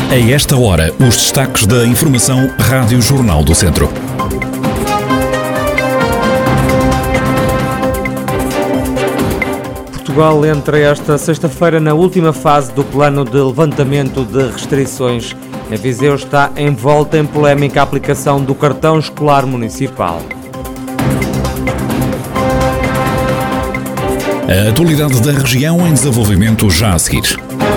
A esta hora, os destaques da Informação Rádio Jornal do Centro. Portugal entra esta sexta-feira na última fase do plano de levantamento de restrições. Em Viseu está envolta em polémica a aplicação do cartão escolar municipal. A atualidade da região em desenvolvimento já a seguir.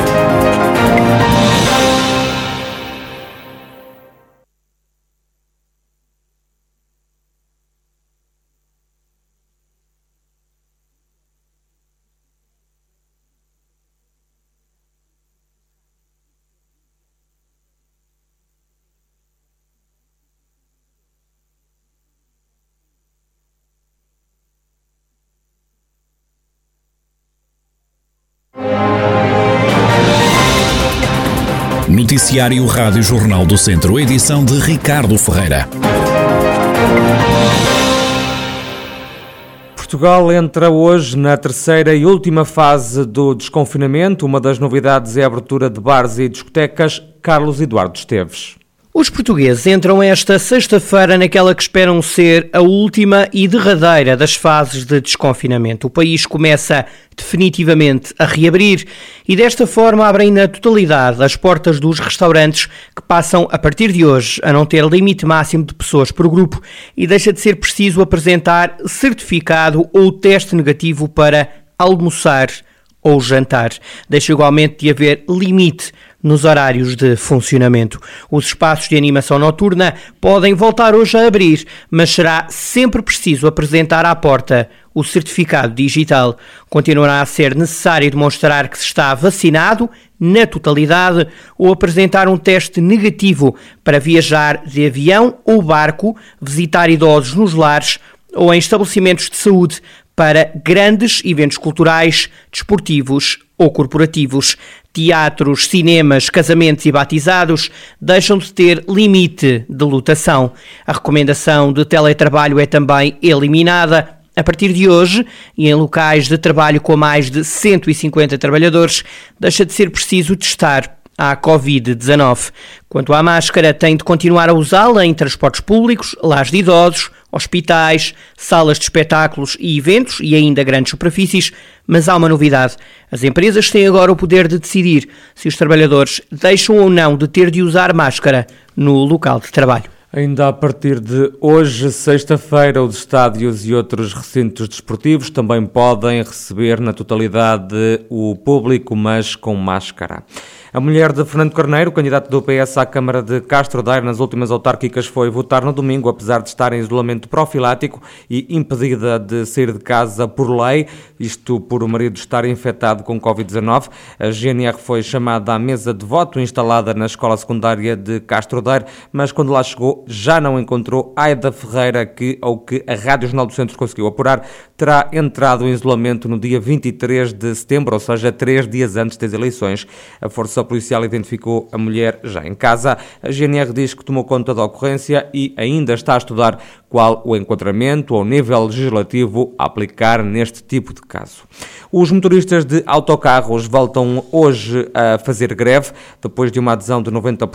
Noticiário Rádio Jornal do Centro, edição de Ricardo Ferreira. Portugal entra hoje na terceira e última fase do desconfinamento. Uma das novidades é a abertura de bares e discotecas. Carlos Eduardo Esteves. Os portugueses entram esta sexta-feira naquela que esperam ser a última e derradeira das fases de desconfinamento. O país começa definitivamente a reabrir e desta forma abrem na totalidade as portas dos restaurantes que passam a partir de hoje a não ter limite máximo de pessoas por grupo e deixa de ser preciso apresentar certificado ou teste negativo para almoçar ou jantar. Deixa igualmente de haver limite nos horários de funcionamento. Os espaços de animação noturna podem voltar hoje a abrir, mas será sempre preciso apresentar à porta o certificado digital. Continuará a ser necessário demonstrar que se está vacinado na totalidade ou apresentar um teste negativo para viajar de avião ou barco, visitar idosos nos lares ou em estabelecimentos de saúde, para grandes eventos culturais, desportivos ou corporativos. Teatros, cinemas, casamentos e batizados deixam de ter limite de lotação. A recomendação de teletrabalho é também eliminada. A partir de hoje, e em locais de trabalho com mais de 150 trabalhadores, deixa de ser preciso testar à Covid-19. Quanto à máscara, tem de continuar a usá-la em transportes públicos, lares de idosos, hospitais, salas de espetáculos e eventos e ainda grandes superfícies, mas há uma novidade. As empresas têm agora o poder de decidir se os trabalhadores deixam ou não de ter de usar máscara no local de trabalho. Ainda a partir de hoje, sexta-feira, os estádios e outros recintos desportivos também podem receber na totalidade o público, mas com máscara. A mulher de Fernando Carneiro, candidato do PS à Câmara de Castro Daire nas últimas autárquicas, foi votar no domingo, apesar de estar em isolamento profilático e impedida de sair de casa por lei, isto por o marido estar infectado com Covid-19. A GNR foi chamada à mesa de voto instalada na escola secundária de Castro Daire, mas quando lá chegou já não encontrou Aida Ferreira, que, ao que a Rádio Jornal do Centro conseguiu apurar, terá entrado em isolamento no dia 23 de setembro, ou seja, 3 dias antes das eleições. A Força Policial identificou a mulher já em casa. A GNR diz que tomou conta da ocorrência e ainda está a estudar qual o enquadramento ao nível legislativo a aplicar neste tipo de caso. Os motoristas de autocarros voltam hoje a fazer greve, depois de uma adesão de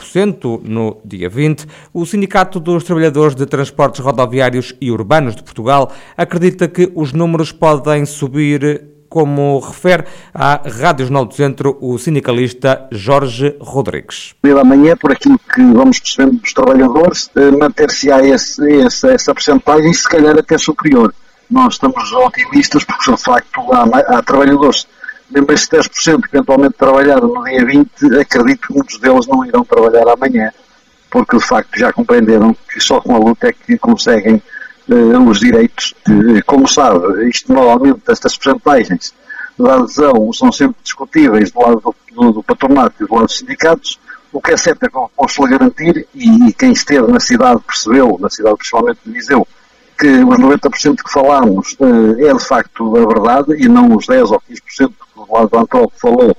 90% no dia 20. O Sindicato dos Trabalhadores de Transportes Rodoviários e Urbanos de Portugal acredita que os números podem subir, como refere à Rádio Jornal do Centro o sindicalista Jorge Rodrigues. Amanhã, por aquilo que vamos percebendo dos trabalhadores, manter-se-á essa percentagem, se calhar até superior. Nós estamos otimistas porque, de facto, há trabalhadores, lembrem-se 10% que eventualmente trabalharam no dia 20, acredito que muitos deles não irão trabalhar amanhã, porque, de facto, já compreenderam que só com a luta é que conseguem os direitos. Como sabe, isto normalmente, estas percentagens de adesão são sempre discutíveis do lado do patronato e do lado dos sindicatos. O que é certo é que eu posso lhe garantir, e quem esteve na cidade percebeu, na cidade principalmente de Viseu, que os 90% que falámos é de facto a verdade, e não os 10 ou 15% que o lado do Antropo falou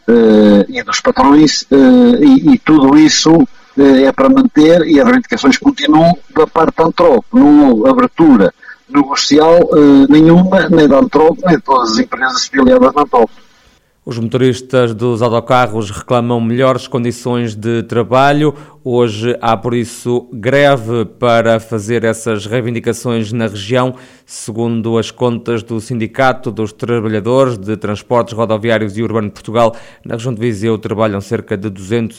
e dos patrões, e tudo isso é para manter, e as reivindicações continuam da parte da Antropo. Não houve abertura negocial nenhuma, nem da Antropo, nem de todas as empresas filiadas na Antropo. Os motoristas dos autocarros reclamam melhores condições de trabalho. Hoje há, por isso, greve para fazer essas reivindicações na região. Segundo as contas do Sindicato dos Trabalhadores de Transportes Rodoviários e Urbano de Portugal, na região de Viseu trabalham cerca de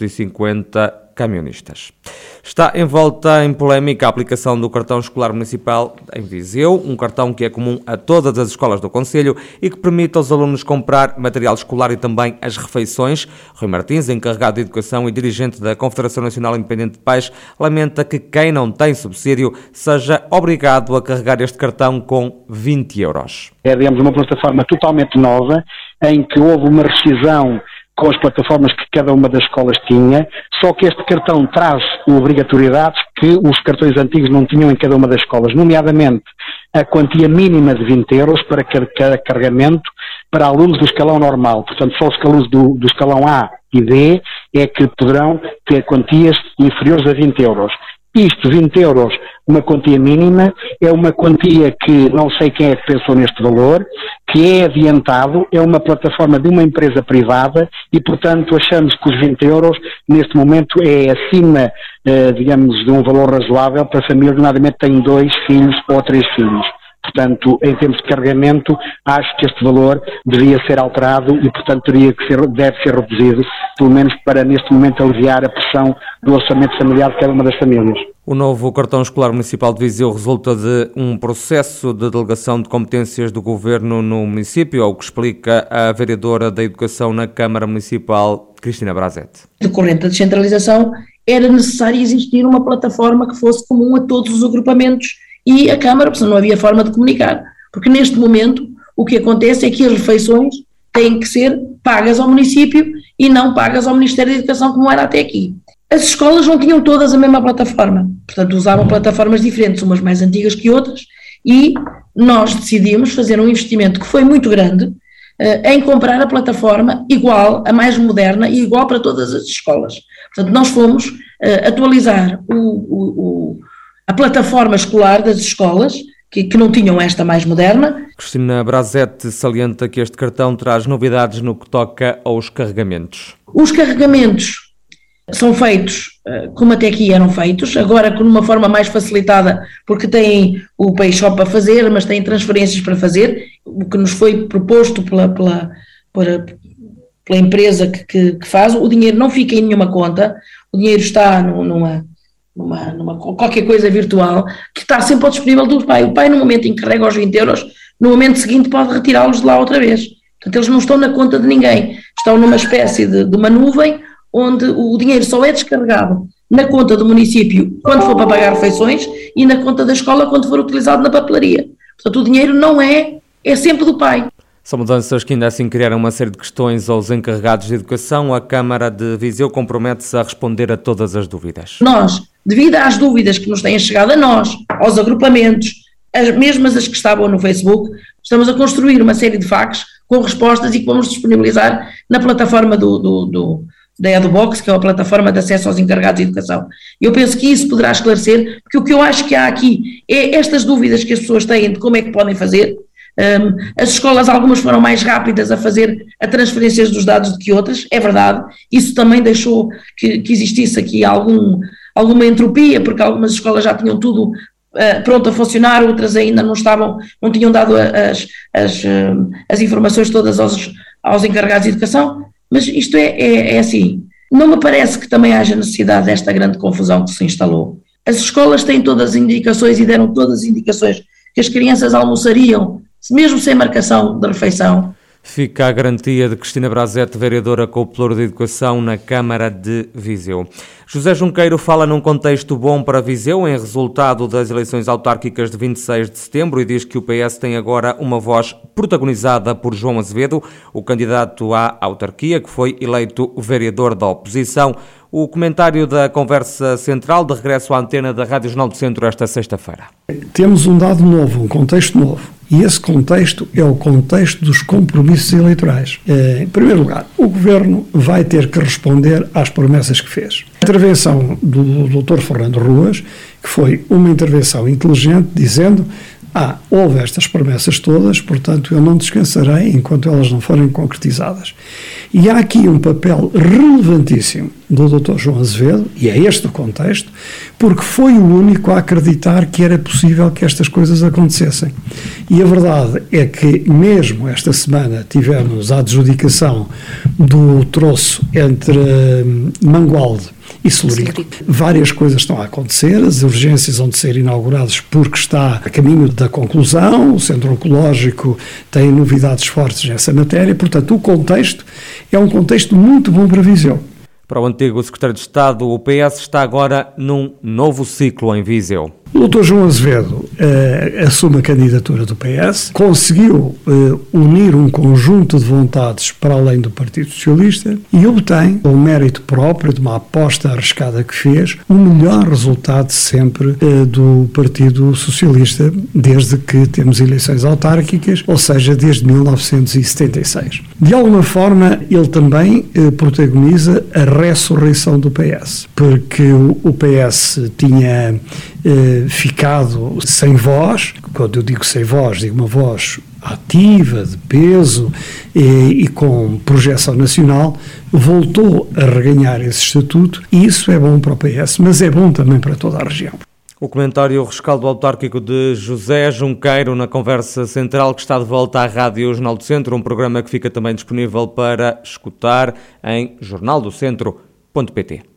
250 camionistas. Está envolta em polémica a aplicação do cartão escolar municipal em Viseu, um cartão que é comum a todas as escolas do concelho e que permite aos alunos comprar material escolar e também as refeições. Rui Martins, encarregado de Educação e dirigente da Confederação Nacional Independente de Pais, lamenta que quem não tem subsídio seja obrigado a carregar este cartão com 20 euros. É, digamos, uma plataforma totalmente nova, em que houve uma rescisão com as plataformas que cada uma das escolas tinha, só que este cartão traz obrigatoriedades que os cartões antigos não tinham em cada uma das escolas, nomeadamente a quantia mínima de 20 euros para cada carregamento para alunos do escalão normal. Portanto, só os alunos do escalão A e D é que poderão ter quantias inferiores a 20 euros. Isto, 20 euros, uma quantia mínima, é uma quantia que não sei quem é que pensou neste valor, que é adiantado, é uma plataforma de uma empresa privada e, portanto, achamos que os 20 euros, neste momento, é acima, digamos, de um valor razoável para famílias, nomeadamente têm 2 filhos ou 3 filhos. Portanto, em termos de carregamento, acho que este valor deveria ser alterado e, portanto, deve ser reduzido, pelo menos para, neste momento, aliviar a pressão do orçamento familiar de cada uma das famílias. O novo cartão escolar municipal de Viseu resulta de um processo de delegação de competências do Governo no município, ao que explica a vereadora da Educação na Câmara Municipal, Cristina Brazete. Decorrente da descentralização, era necessário existir uma plataforma que fosse comum a todos os agrupamentos e a Câmara, porque não havia forma de comunicar. Porque neste momento o que acontece é que as refeições têm que ser pagas ao município e não pagas ao Ministério da Educação, como era até aqui. As escolas não tinham todas a mesma plataforma, portanto usavam plataformas diferentes, umas mais antigas que outras, e nós decidimos fazer um investimento que foi muito grande em comprar a plataforma igual, a mais moderna e igual para todas as escolas. Portanto, nós fomos atualizar a plataforma escolar das escolas, que não tinham esta mais moderna. Cristina Brazete salienta que este cartão traz novidades no que toca aos carregamentos. Os carregamentos são feitos como até aqui eram feitos, agora com uma forma mais facilitada, porque têm o PayShop para fazer, mas têm transferências para fazer, o que nos foi proposto pela empresa que faz. O dinheiro não fica em nenhuma conta, o dinheiro está numa qualquer coisa virtual, que está sempre ao disponível do pai. O pai, no momento em que carrega os 20 euros, no momento seguinte pode retirá-los de lá outra vez. Portanto, eles não estão na conta de ninguém, estão numa espécie de uma nuvem, onde o dinheiro só é descarregado na conta do município quando for para pagar refeições e na conta da escola quando for utilizado na papelaria. Portanto, o dinheiro não é sempre do pai. São mudanças que ainda assim criaram uma série de questões aos encarregados de educação. A Câmara de Viseu compromete-se a responder a todas as dúvidas. Nós, devido às dúvidas que nos têm chegado a nós, aos agrupamentos, as mesmas as que estavam no Facebook, estamos a construir uma série de facs com respostas e que vamos disponibilizar na plataforma da EduBox, que é a plataforma de acesso aos encarregados de educação. Eu penso que isso poderá esclarecer, porque o que eu acho que há aqui é estas dúvidas que as pessoas têm de como é que podem fazer. As escolas, algumas foram mais rápidas a fazer a transferências dos dados do que outras, é verdade, isso também deixou que existisse aqui alguma entropia, porque algumas escolas já tinham tudo pronto a funcionar, outras ainda não tinham dado as informações todas aos encarregados de educação, mas isto é assim, não me parece que também haja necessidade desta grande confusão que se instalou. As escolas têm todas as indicações e deram todas as indicações que as crianças almoçariam mesmo sem marcação de refeição. Fica a garantia de Cristina Brazete, vereadora com o Pluro de Educação na Câmara de Viseu. José Junqueiro fala num contexto bom para Viseu em resultado das eleições autárquicas de 26 de setembro e diz que o PS tem agora uma voz protagonizada por João Azevedo, o candidato à autarquia que foi eleito vereador da oposição. O comentário da conversa central de regresso à antena da Rádio Jornal do Centro esta sexta-feira. Temos um dado novo, um contexto novo. E esse contexto é o contexto dos compromissos eleitorais. Em primeiro lugar, o Governo vai ter que responder às promessas que fez. A intervenção do Dr. Fernando Ruas, que foi uma intervenção inteligente, dizendo houve estas promessas todas, portanto eu não descansarei enquanto elas não forem concretizadas. E há aqui um papel relevantíssimo do Dr. João Azevedo, e é este o contexto, porque foi o único a acreditar que era possível que estas coisas acontecessem. E a verdade é que mesmo esta semana tivemos a adjudicação do troço entre Mangualde e Celurico. Várias coisas estão a acontecer, as urgências vão de ser inauguradas porque está a caminho da conclusão, o Centro Oncológico tem novidades fortes nessa matéria, portanto o contexto é um contexto muito bom para Viseu. Para o antigo secretário de Estado, o PS está agora num novo ciclo em Viseu. O Dr. João Azevedo assume a candidatura do PS, conseguiu unir um conjunto de vontades para além do Partido Socialista e obtém, com o mérito próprio de uma aposta arriscada que fez, o melhor resultado sempre do Partido Socialista desde que temos eleições autárquicas, ou seja, desde 1976. De alguma forma, ele também protagoniza a ressurreição do PS, porque o PS tinha ficado sem voz. Quando eu digo sem voz, digo uma voz ativa, de peso e com projeção nacional, voltou a reganhar esse estatuto e isso é bom para o PS, mas é bom também para toda a região. O comentário rescaldo autárquico de José Junqueiro na conversa central, que está de volta à Rádio Jornal do Centro, um programa que fica também disponível para escutar em jornaldocentro.pt.